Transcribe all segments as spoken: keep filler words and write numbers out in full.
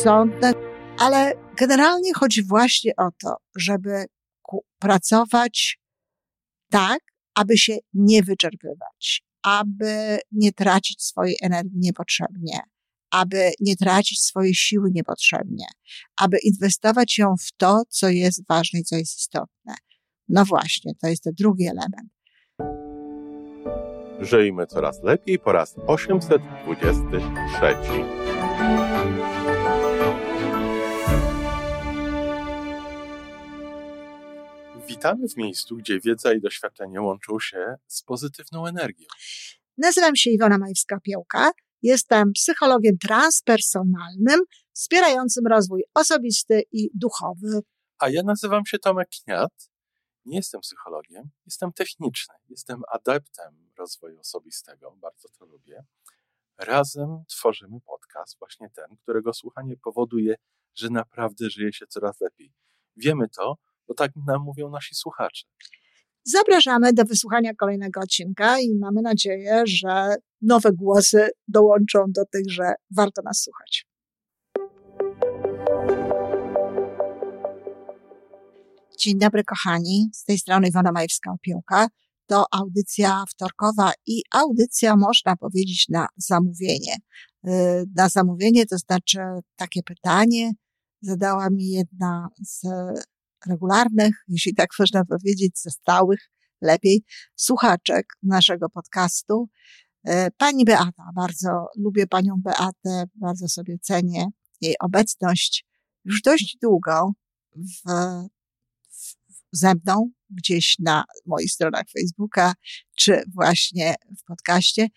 rozsądne, ale generalnie chodzi właśnie o to, żeby ku- pracować tak, aby się nie wyczerpywać, aby nie tracić swojej energii niepotrzebnie, aby nie tracić swojej siły niepotrzebnie, aby inwestować ją w to, co jest ważne i co jest istotne. No właśnie, to jest ten drugi element. Żyjmy coraz lepiej po raz osiemset dwudziesty trzeci. Witamy w miejscu, gdzie wiedza i doświadczenie łączą się z pozytywną energią. Nazywam się Iwona Majewska-Piołka. Jestem psychologiem transpersonalnym, wspierającym rozwój osobisty i duchowy. A ja nazywam się Tomek Kniat. Nie jestem psychologiem, jestem techniczny. Jestem adeptem rozwoju osobistego, bardzo to lubię. Razem tworzymy podcast, właśnie ten, którego słuchanie powoduje, że naprawdę żyje się coraz lepiej. Wiemy to, bo tak nam mówią nasi słuchacze. Zapraszamy do wysłuchania kolejnego odcinka i mamy nadzieję, że nowe głosy dołączą do tych, że warto nas słuchać. Dzień dobry kochani, z tej strony Iwona Majewska-Piołka. To audycja wtorkowa i audycja, można powiedzieć, na zamówienie. Na zamówienie to znaczy takie pytanie zadała mi jedna z regularnych, jeśli tak można powiedzieć, ze stałych, lepiej, słuchaczek naszego podcastu. Pani Beata, bardzo lubię panią Beatę, bardzo sobie cenię jej obecność już dość długo w, w, ze mną, gdzieś na moich stronach Facebooka, czy właśnie w podcaście.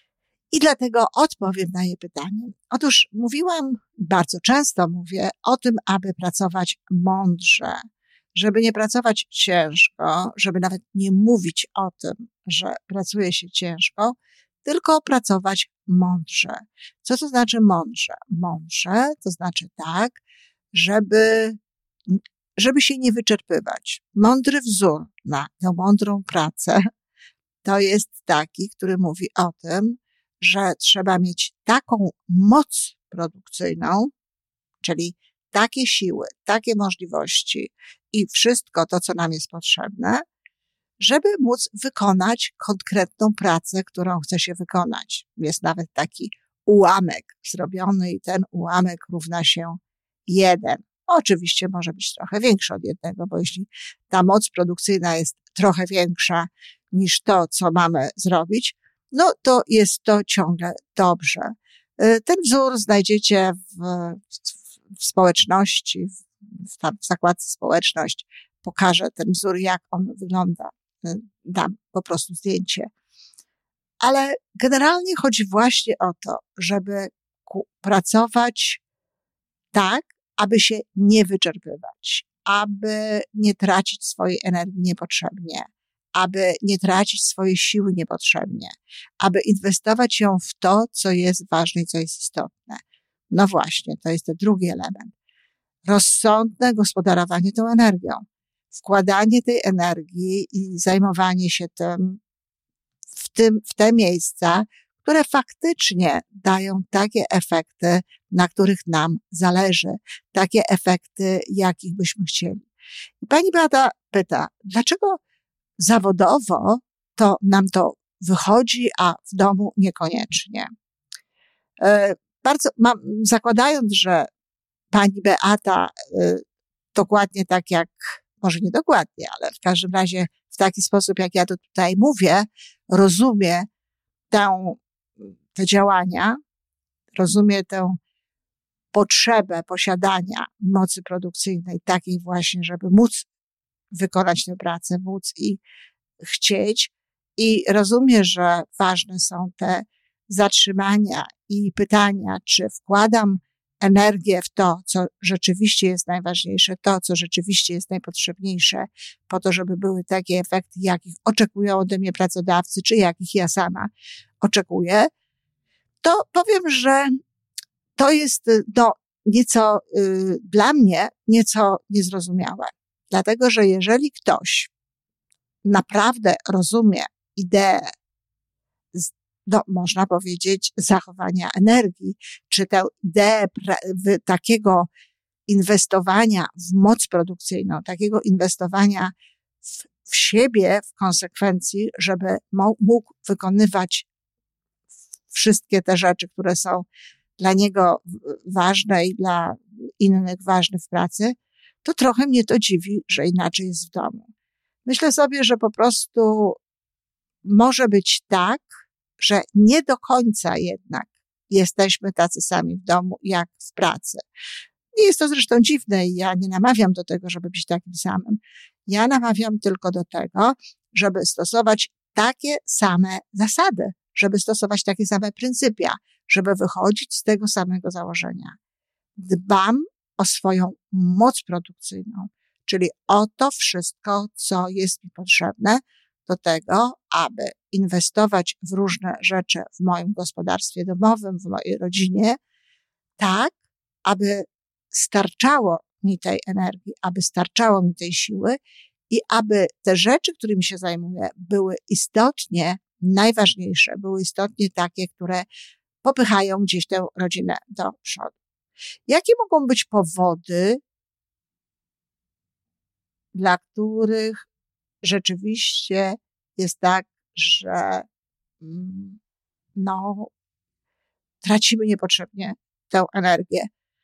I dlatego odpowiem na jej pytanie. Otóż mówiłam, bardzo często mówię o tym, aby pracować mądrze, żeby nie pracować ciężko, żeby nawet nie mówić o tym, że pracuje się ciężko, tylko pracować mądrze. Co to znaczy mądrze? Mądrze to znaczy tak, żeby, żeby się nie wyczerpywać. Mądry wzór na tę mądrą pracę to jest taki, który mówi o tym, że trzeba mieć taką moc produkcyjną, czyli takie siły, takie możliwości i wszystko to, co nam jest potrzebne, żeby móc wykonać konkretną pracę, którą chce się wykonać. Jest nawet taki ułamek zrobiony i ten ułamek równa się jeden. Oczywiście może być trochę większy od jednego, bo jeśli ta moc produkcyjna jest trochę większa niż to, co mamy zrobić, no to jest to ciągle dobrze. Ten wzór znajdziecie w, w społeczności, w, tam w zakładce społeczność. Pokażę ten wzór, jak on wygląda. Dam po prostu zdjęcie. Ale generalnie chodzi właśnie o to, żeby pracować tak, aby się nie wyczerpywać, aby nie tracić swojej energii niepotrzebnie, aby nie tracić swojej siły niepotrzebnie, aby inwestować ją w to, co jest ważne i co jest istotne. No właśnie, to jest ten drugi element. Rozsądne gospodarowanie tą energią. Wkładanie tej energii i zajmowanie się tym w, tym, w te miejsca, które faktycznie dają takie efekty, na których nam zależy, takie efekty, jakich byśmy chcieli. I pani Beata pyta, dlaczego zawodowo to nam to wychodzi, a w domu niekoniecznie. E, bardzo mam, zakładając, że pani Beata e, dokładnie tak jak, może nie dokładnie, ale w każdym razie w taki sposób, jak ja to tutaj mówię, rozumie tę, te działania, rozumie tę potrzebę posiadania mocy produkcyjnej takiej właśnie, żeby móc wykonać tę pracę, móc i chcieć. I rozumie, że ważne są te zatrzymania i pytania, czy wkładam energię w to, co rzeczywiście jest najważniejsze, to, co rzeczywiście jest najpotrzebniejsze, po to, żeby były takie efekty, jakich oczekują ode mnie pracodawcy, czy jakich ja sama oczekuję, to powiem, że to jest no, nieco y, dla mnie nieco niezrozumiałe. Dlatego, że jeżeli ktoś naprawdę rozumie ideę no, można powiedzieć, zachowania energii, czy tę ideę pra- takiego inwestowania w moc produkcyjną, takiego inwestowania w, w siebie w konsekwencji, żeby mógł wykonywać wszystkie te rzeczy, które są dla niego ważne i dla innych ważne w pracy, to trochę mnie to dziwi, że inaczej jest w domu. Myślę sobie, że po prostu może być tak, że nie do końca jednak jesteśmy tacy sami w domu, jak w pracy. Nie jest to zresztą dziwne i ja nie namawiam do tego, żeby być takim samym. Ja namawiam tylko do tego, żeby stosować takie same zasady, żeby stosować takie same pryncypia, żeby wychodzić z tego samego założenia. Dbam o swoją moc produkcyjną, czyli o to wszystko, co jest mi potrzebne do tego, aby inwestować w różne rzeczy w moim gospodarstwie domowym, w mojej rodzinie, tak, aby starczało mi tej energii, aby starczało mi tej siły i aby te rzeczy, którymi się zajmuję, były istotnie najważniejsze, były istotnie takie, które popychają gdzieś tę rodzinę do przodu. Jakie mogą być powody, dla których rzeczywiście jest tak, że no, tracimy niepotrzebnie tę energię?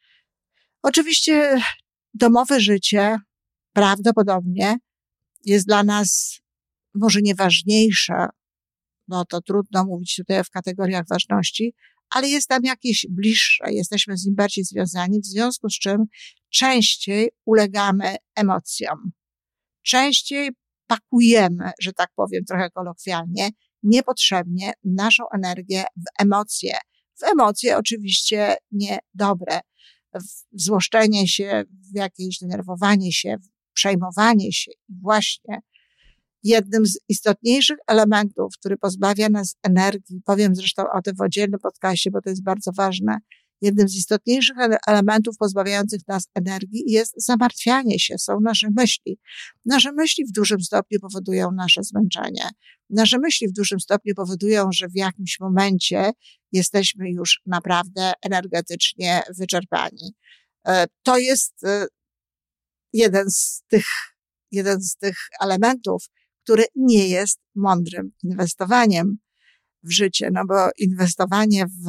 Oczywiście domowe życie prawdopodobnie jest dla nas może nieważniejsze, bo to trudno mówić tutaj w kategoriach ważności, ale jest tam jakieś bliższe, jesteśmy z nim bardziej związani, w związku z czym częściej ulegamy emocjom. Częściej pakujemy, że tak powiem trochę kolokwialnie, niepotrzebnie naszą energię w emocje. W emocje oczywiście niedobre. W złoszczenie się, w jakieś denerwowanie się, w przejmowanie się. I właśnie jednym z istotniejszych elementów, który pozbawia nas energii, powiem zresztą o tym w oddzielnym podcaście, bo to jest bardzo ważne, jednym z istotniejszych elementów pozbawiających nas energii jest zamartwianie się, są nasze myśli. Nasze myśli w dużym stopniu powodują nasze zmęczenie. Nasze myśli w dużym stopniu powodują, że w jakimś momencie jesteśmy już naprawdę energetycznie wyczerpani. To jest jeden z tych, jeden z tych elementów, który nie jest mądrym inwestowaniem w życie, no bo inwestowanie w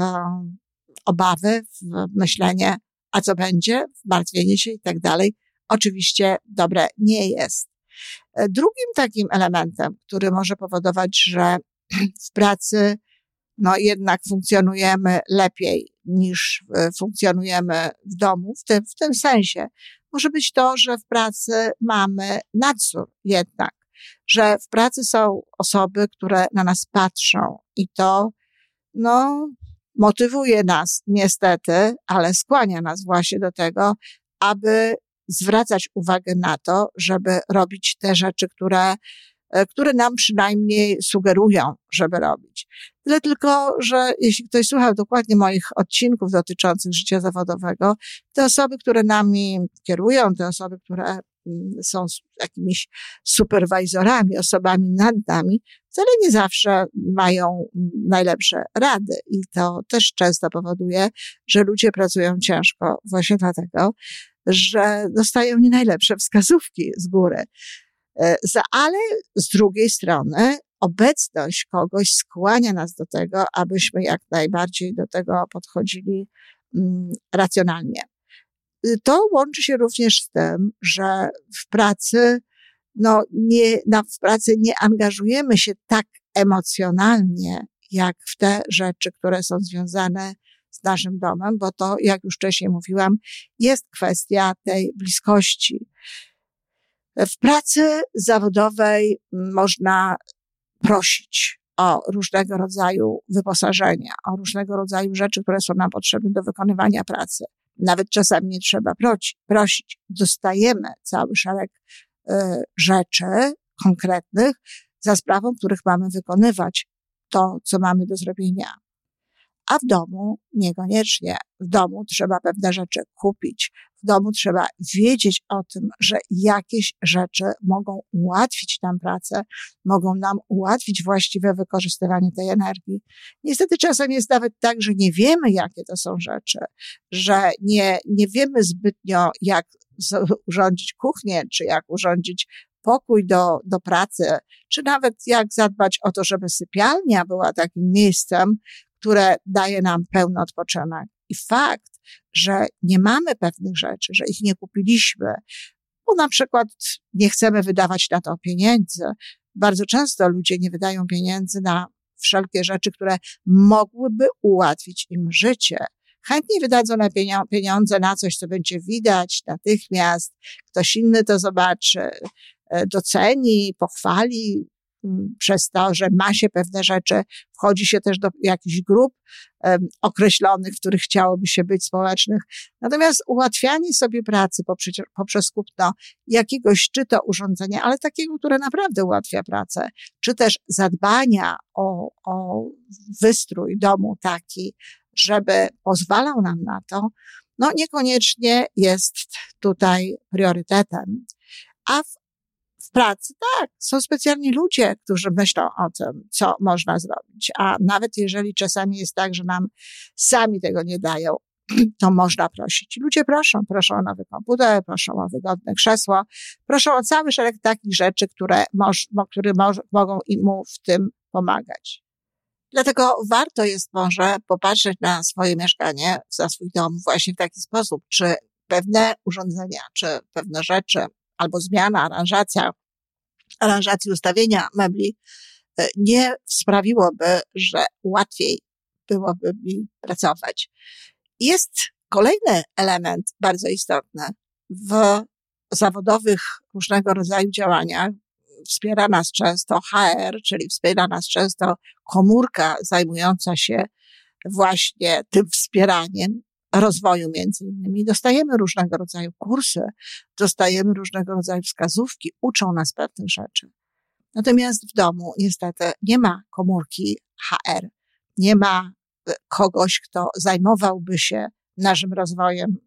obawy, w myślenie, a co będzie, w martwienie się i tak dalej, oczywiście dobre nie jest. Drugim takim elementem, który może powodować, że w pracy no jednak funkcjonujemy lepiej niż funkcjonujemy w domu, w tym, w tym sensie, może być to, że w pracy mamy nadzór jednak, że w pracy są osoby, które na nas patrzą i to, no, motywuje nas niestety, ale skłania nas właśnie do tego, aby zwracać uwagę na to, żeby robić te rzeczy, które, które nam przynajmniej sugerują, żeby robić. Tyle tylko, że jeśli ktoś słuchał dokładnie moich odcinków dotyczących życia zawodowego, te osoby, które nami kierują, te osoby, które są jakimiś superwajzorami, osobami nad nami, wcale nie zawsze mają najlepsze rady i to też często powoduje, że ludzie pracują ciężko właśnie dlatego, że dostają nie najlepsze wskazówki z góry. Ale z drugiej strony obecność kogoś skłania nas do tego, abyśmy jak najbardziej do tego podchodzili racjonalnie. To łączy się również z tym, że w pracy, no nie, na, w pracy nie angażujemy się tak emocjonalnie, jak w te rzeczy, które są związane z naszym domem, bo to, jak już wcześniej mówiłam, jest kwestia tej bliskości. W pracy zawodowej można prosić o różnego rodzaju wyposażenia, o różnego rodzaju rzeczy, które są nam potrzebne do wykonywania pracy. Nawet czasami nie trzeba prosić. Dostajemy cały szereg y, rzeczy konkretnych, za sprawą których mamy wykonywać to, co mamy do zrobienia. A w domu niekoniecznie. W domu trzeba pewne rzeczy kupić. W domu trzeba wiedzieć o tym, że jakieś rzeczy mogą ułatwić nam pracę, mogą nam ułatwić właściwe wykorzystywanie tej energii. Niestety czasem jest nawet tak, że nie wiemy, jakie to są rzeczy, że nie, nie wiemy zbytnio, jak urządzić kuchnię, czy jak urządzić pokój do, do pracy, czy nawet jak zadbać o to, żeby sypialnia była takim miejscem, które daje nam pełny odpoczynek. I fakt, że nie mamy pewnych rzeczy, że ich nie kupiliśmy, bo na przykład nie chcemy wydawać na to pieniędzy. Bardzo często ludzie nie wydają pieniędzy na wszelkie rzeczy, które mogłyby ułatwić im życie. Chętnie wydadzą na pieniądze na coś, co będzie widać natychmiast, ktoś inny to zobaczy, doceni, pochwali przez to, że ma się pewne rzeczy, wchodzi się też do jakichś grup um, określonych, w których chciałoby się być społecznych. Natomiast ułatwianie sobie pracy poprzez, poprzez kupno jakiegoś czy to urządzenia, ale takiego, które naprawdę ułatwia pracę, czy też zadbania o, o wystrój domu taki, żeby pozwalał nam na to, no niekoniecznie jest tutaj priorytetem. A w W pracy, tak, są specjalni ludzie, którzy myślą o tym, co można zrobić. A nawet jeżeli czasami jest tak, że nam sami tego nie dają, to można prosić. Ludzie proszą, proszą o nowy komputer, proszą o wygodne krzesło, proszą o cały szereg takich rzeczy, które, moż, które moż, mogą im w tym pomagać. Dlatego warto jest może popatrzeć na swoje mieszkanie, na swój dom właśnie w taki sposób, czy pewne urządzenia, czy pewne rzeczy, albo zmiana, aranżacja, aranżacji ustawienia mebli nie sprawiłoby, że łatwiej byłoby mi pracować. Jest kolejny element bardzo istotny. W zawodowych różnego rodzaju działaniach wspiera nas często H R, czyli wspiera nas często komórka zajmująca się właśnie tym wspieraniem rozwoju między innymi. Dostajemy różnego rodzaju kursy, dostajemy różnego rodzaju wskazówki, uczą nas pewnych rzeczy. Natomiast w domu niestety nie ma komórki H R, nie ma kogoś, kto zajmowałby się naszym rozwojem,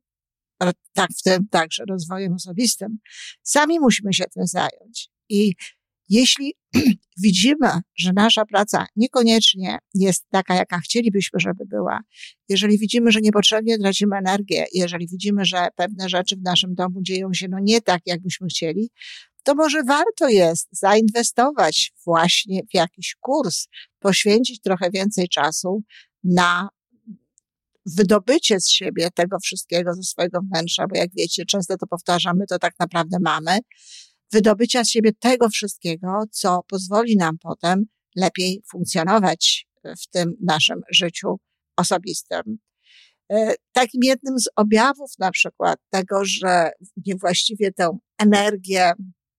tak w tym także rozwojem osobistym. Sami musimy się tym zająć. I jeśli widzimy, że nasza praca niekoniecznie jest taka, jaka chcielibyśmy, żeby była, jeżeli widzimy, że niepotrzebnie tracimy energię, jeżeli widzimy, że pewne rzeczy w naszym domu dzieją się no nie tak, jakbyśmy chcieli, to może warto jest zainwestować właśnie w jakiś kurs, poświęcić trochę więcej czasu na wydobycie z siebie tego wszystkiego ze swojego wnętrza, bo jak wiecie, często to powtarzamy, to tak naprawdę mamy, wydobycia z siebie tego wszystkiego, co pozwoli nam potem lepiej funkcjonować w tym naszym życiu osobistym. Takim jednym z objawów na przykład tego, że niewłaściwie tę energię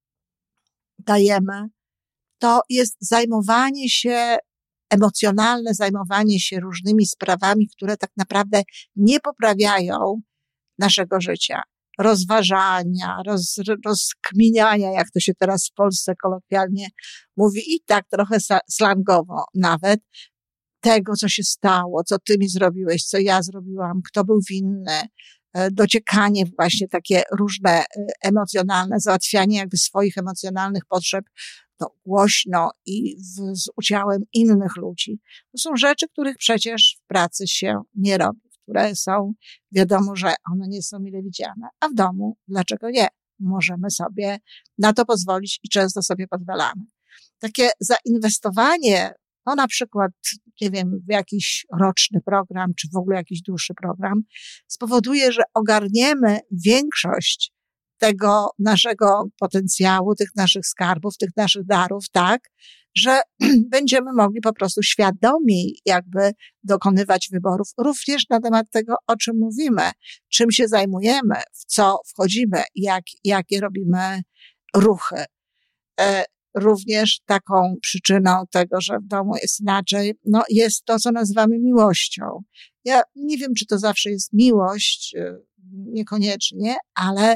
dajemy, to jest zajmowanie się, emocjonalne zajmowanie się różnymi sprawami, które tak naprawdę nie poprawiają naszego życia. Rozważania, roz, rozkminiania, jak to się teraz w Polsce kolokwialnie mówi i tak trochę slangowo nawet, tego, co się stało, co ty mi zrobiłeś, co ja zrobiłam, kto był winny, dociekanie właśnie takie różne emocjonalne, załatwianie jakby swoich emocjonalnych potrzeb no, głośno i w, z udziałem innych ludzi. To są rzeczy, których przecież w pracy się nie robi, które są, wiadomo, że one nie są mile widziane. A w domu, dlaczego nie? Możemy sobie na to pozwolić i często sobie pozwalamy. Takie zainwestowanie, no na przykład, nie wiem, w jakiś roczny program, czy w ogóle jakiś dłuższy program, spowoduje, że ogarniemy większość tego naszego potencjału, tych naszych skarbów, tych naszych darów, tak, że będziemy mogli po prostu świadomiej jakby dokonywać wyborów, również na temat tego, o czym mówimy, czym się zajmujemy, w co wchodzimy, jak, jakie robimy ruchy. E, również taką przyczyną tego, że w domu jest inaczej, no jest to, co nazywamy miłością. Ja nie wiem, czy to zawsze jest miłość, niekoniecznie, ale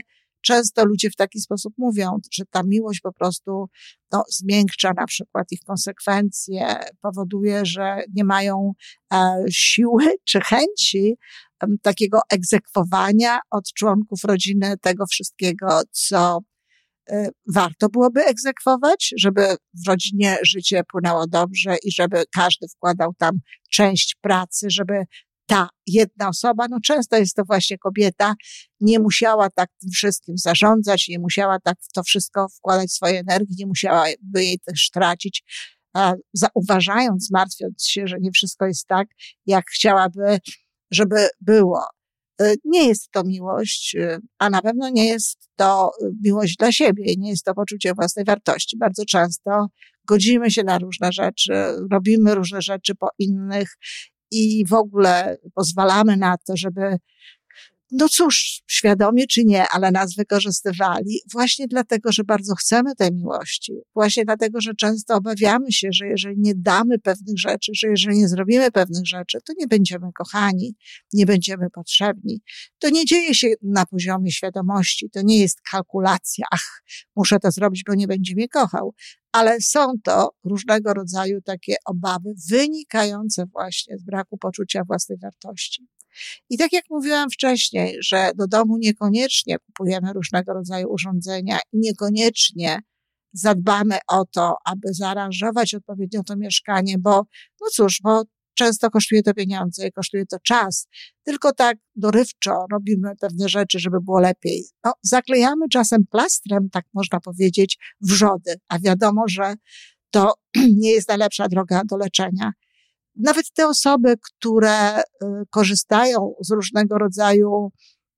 często ludzie w taki sposób mówią, że ta miłość po prostu no, zmiękcza na przykład ich konsekwencje, powoduje, że nie mają e, siły czy chęci e, takiego egzekwowania od członków rodziny tego wszystkiego, co e, warto byłoby egzekwować, żeby w rodzinie życie płynęło dobrze i żeby każdy wkładał tam część pracy, żeby ta jedna osoba, no często jest to właśnie kobieta, nie musiała tak tym wszystkim zarządzać, nie musiała tak w to wszystko wkładać swojej energii, nie musiałaby jej też tracić, zauważając, martwiąc się, że nie wszystko jest tak, jak chciałaby, żeby było. Nie jest to miłość, a na pewno nie jest to miłość dla siebie, nie jest to poczucie własnej wartości. Bardzo często godzimy się na różne rzeczy, robimy różne rzeczy po innych i w ogóle pozwalamy na to, żeby, no cóż, świadomie czy nie, ale nas wykorzystywali właśnie dlatego, że bardzo chcemy tej miłości. Właśnie dlatego, że często obawiamy się, że jeżeli nie damy pewnych rzeczy, że jeżeli nie zrobimy pewnych rzeczy, to nie będziemy kochani, nie będziemy potrzebni. To nie dzieje się na poziomie świadomości, to nie jest kalkulacja, ach, muszę to zrobić, bo nie będzie mnie kochał. Ale są to różnego rodzaju takie obawy wynikające właśnie z braku poczucia własnej wartości. I tak jak mówiłam wcześniej, że do domu niekoniecznie kupujemy różnego rodzaju urządzenia i niekoniecznie zadbamy o to, aby zaaranżować odpowiednio to mieszkanie, bo no cóż, bo często kosztuje to pieniądze i kosztuje to czas. Tylko tak dorywczo robimy pewne rzeczy, żeby było lepiej. No, zaklejamy czasem plastrem, tak można powiedzieć, wrzody, a wiadomo, że to nie jest najlepsza droga do leczenia. Nawet te osoby, które korzystają z różnego rodzaju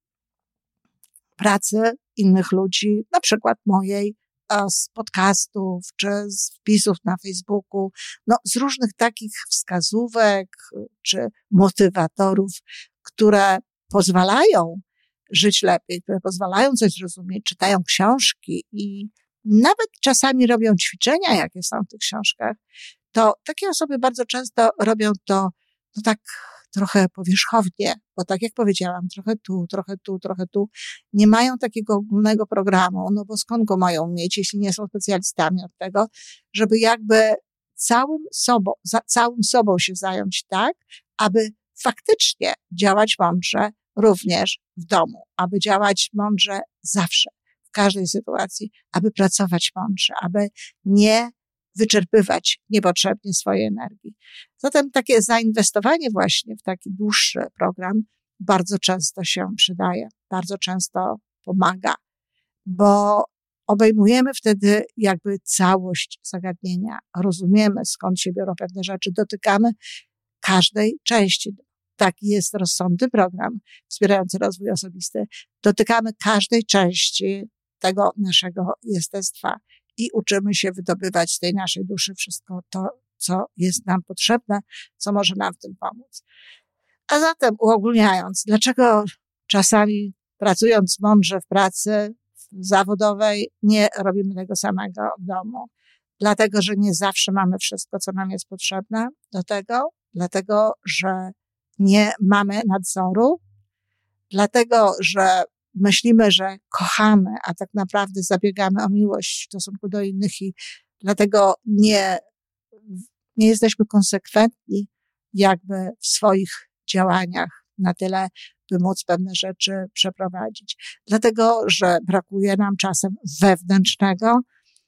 pracy innych ludzi, na przykład mojej, z podcastów, czy z wpisów na Facebooku, no z różnych takich wskazówek, czy motywatorów, które pozwalają żyć lepiej, które pozwalają coś zrozumieć, czytają książki i nawet czasami robią ćwiczenia, jakie są w tych książkach, to takie osoby bardzo często robią to no tak trochę powierzchownie, bo tak jak powiedziałam, trochę tu, trochę tu, trochę tu. Nie mają takiego ogólnego programu, no bo skąd go mają mieć, jeśli nie są specjalistami od tego, żeby jakby całym sobą, za, całym sobą się zająć tak, aby faktycznie działać mądrze również w domu, aby działać mądrze zawsze, w każdej sytuacji, aby pracować mądrze, aby nie wyczerpywać niepotrzebnie swojej energii. Zatem takie zainwestowanie właśnie w taki dłuższy program bardzo często się przydaje, bardzo często pomaga, bo obejmujemy wtedy jakby całość zagadnienia, rozumiemy, skąd się biorą pewne rzeczy, dotykamy każdej części. Taki jest rozsądny program wspierający rozwój osobisty. Dotykamy każdej części tego naszego jestestwa i uczymy się wydobywać z tej naszej duszy wszystko to, co jest nam potrzebne, co może nam w tym pomóc. A zatem uogólniając, dlaczego czasami pracując mądrze w pracy zawodowej nie robimy tego samego w domu? Dlatego, że nie zawsze mamy wszystko, co nam jest potrzebne do tego, dlatego, że nie mamy nadzoru, dlatego, że myślimy, że kochamy, a tak naprawdę zabiegamy o miłość w stosunku do innych i dlatego nie, nie jesteśmy konsekwentni jakby w swoich działaniach na tyle, by móc pewne rzeczy przeprowadzić. Dlatego, że brakuje nam czasem wewnętrznego,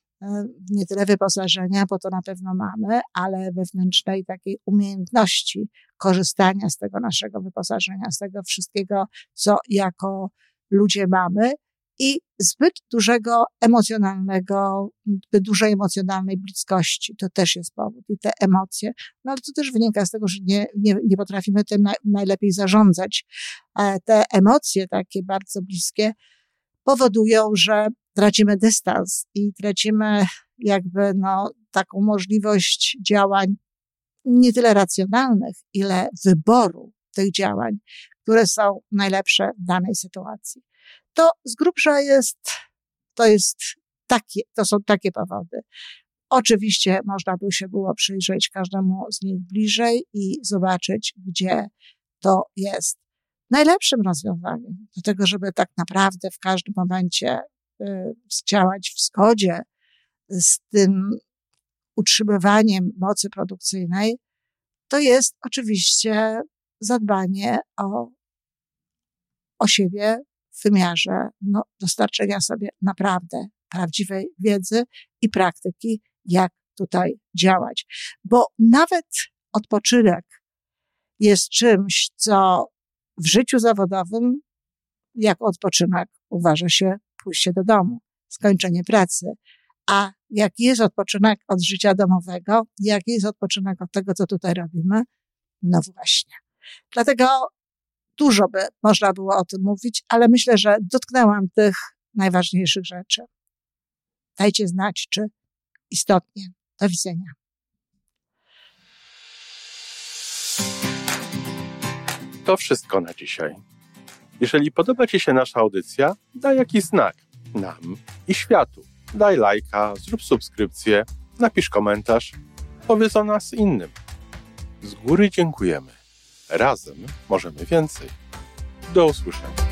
nie tyle wyposażenia, bo to na pewno mamy, ale wewnętrznej takiej umiejętności korzystania z tego naszego wyposażenia, z tego wszystkiego, co jako ludzie mamy i zbyt dużego emocjonalnego, zbyt dużej emocjonalnej bliskości. To też jest powód. I te emocje, no ale to też wynika z tego, że nie, nie, nie potrafimy tym na, najlepiej zarządzać. Te emocje takie bardzo bliskie powodują, że tracimy dystans i tracimy jakby no taką możliwość działań nie tyle racjonalnych, ile wyboru tych działań, które są najlepsze w danej sytuacji. To z grubsza jest, to jest takie, to są takie powody. Oczywiście można by się było przyjrzeć każdemu z nich bliżej i zobaczyć, gdzie to jest. najlepszym rozwiązaniem do tego, żeby tak naprawdę w każdym momencie y, działać w zgodzie z tym utrzymywaniem mocy produkcyjnej, to jest oczywiście zadbanie o, o siebie w wymiarze no, dostarczenia sobie naprawdę prawdziwej wiedzy i praktyki, jak tutaj działać. Bo nawet odpoczynek jest czymś, co w życiu zawodowym jako odpoczynek uważa się pójście do domu, skończenie pracy. A jaki jest odpoczynek od życia domowego, jaki jest odpoczynek od tego, co tutaj robimy? No właśnie. Dlatego dużo by można było o tym mówić, ale myślę, że dotknęłam tych najważniejszych rzeczy. Dajcie znać, czy istotnie. Do widzenia. To wszystko na dzisiaj. Jeżeli podoba Ci się nasza audycja, daj jakiś znak nam i światu. Daj lajka, zrób subskrypcję, napisz komentarz, powiedz o nas innym. Z góry dziękujemy. Razem możemy więcej. Do usłyszenia.